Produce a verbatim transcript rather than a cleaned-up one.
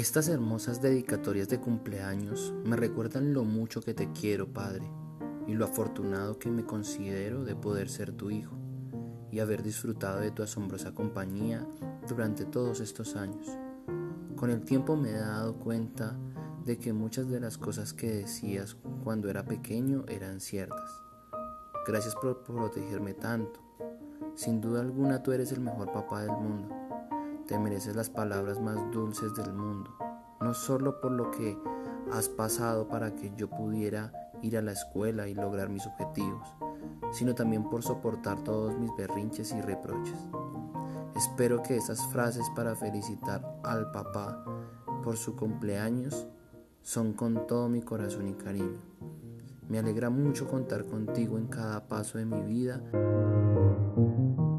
Estas hermosas dedicatorias de cumpleaños me recuerdan lo mucho que te quiero, Padre, y lo afortunado que me considero de poder ser tu hijo y haber disfrutado de tu asombrosa compañía durante todos estos años. Con el tiempo me he dado cuenta de que muchas de las cosas que decías cuando era pequeño eran ciertas. Gracias por protegerme tanto. Sin duda alguna tú eres el mejor papá del mundo. Te mereces las palabras más dulces del mundo, no solo por lo que has pasado para que yo pudiera ir a la escuela y lograr mis objetivos, sino también por soportar todos mis berrinches y reproches. Espero que estas frases para felicitar al papá por su cumpleaños son con todo mi corazón y cariño. Me alegra mucho contar contigo en cada paso de mi vida.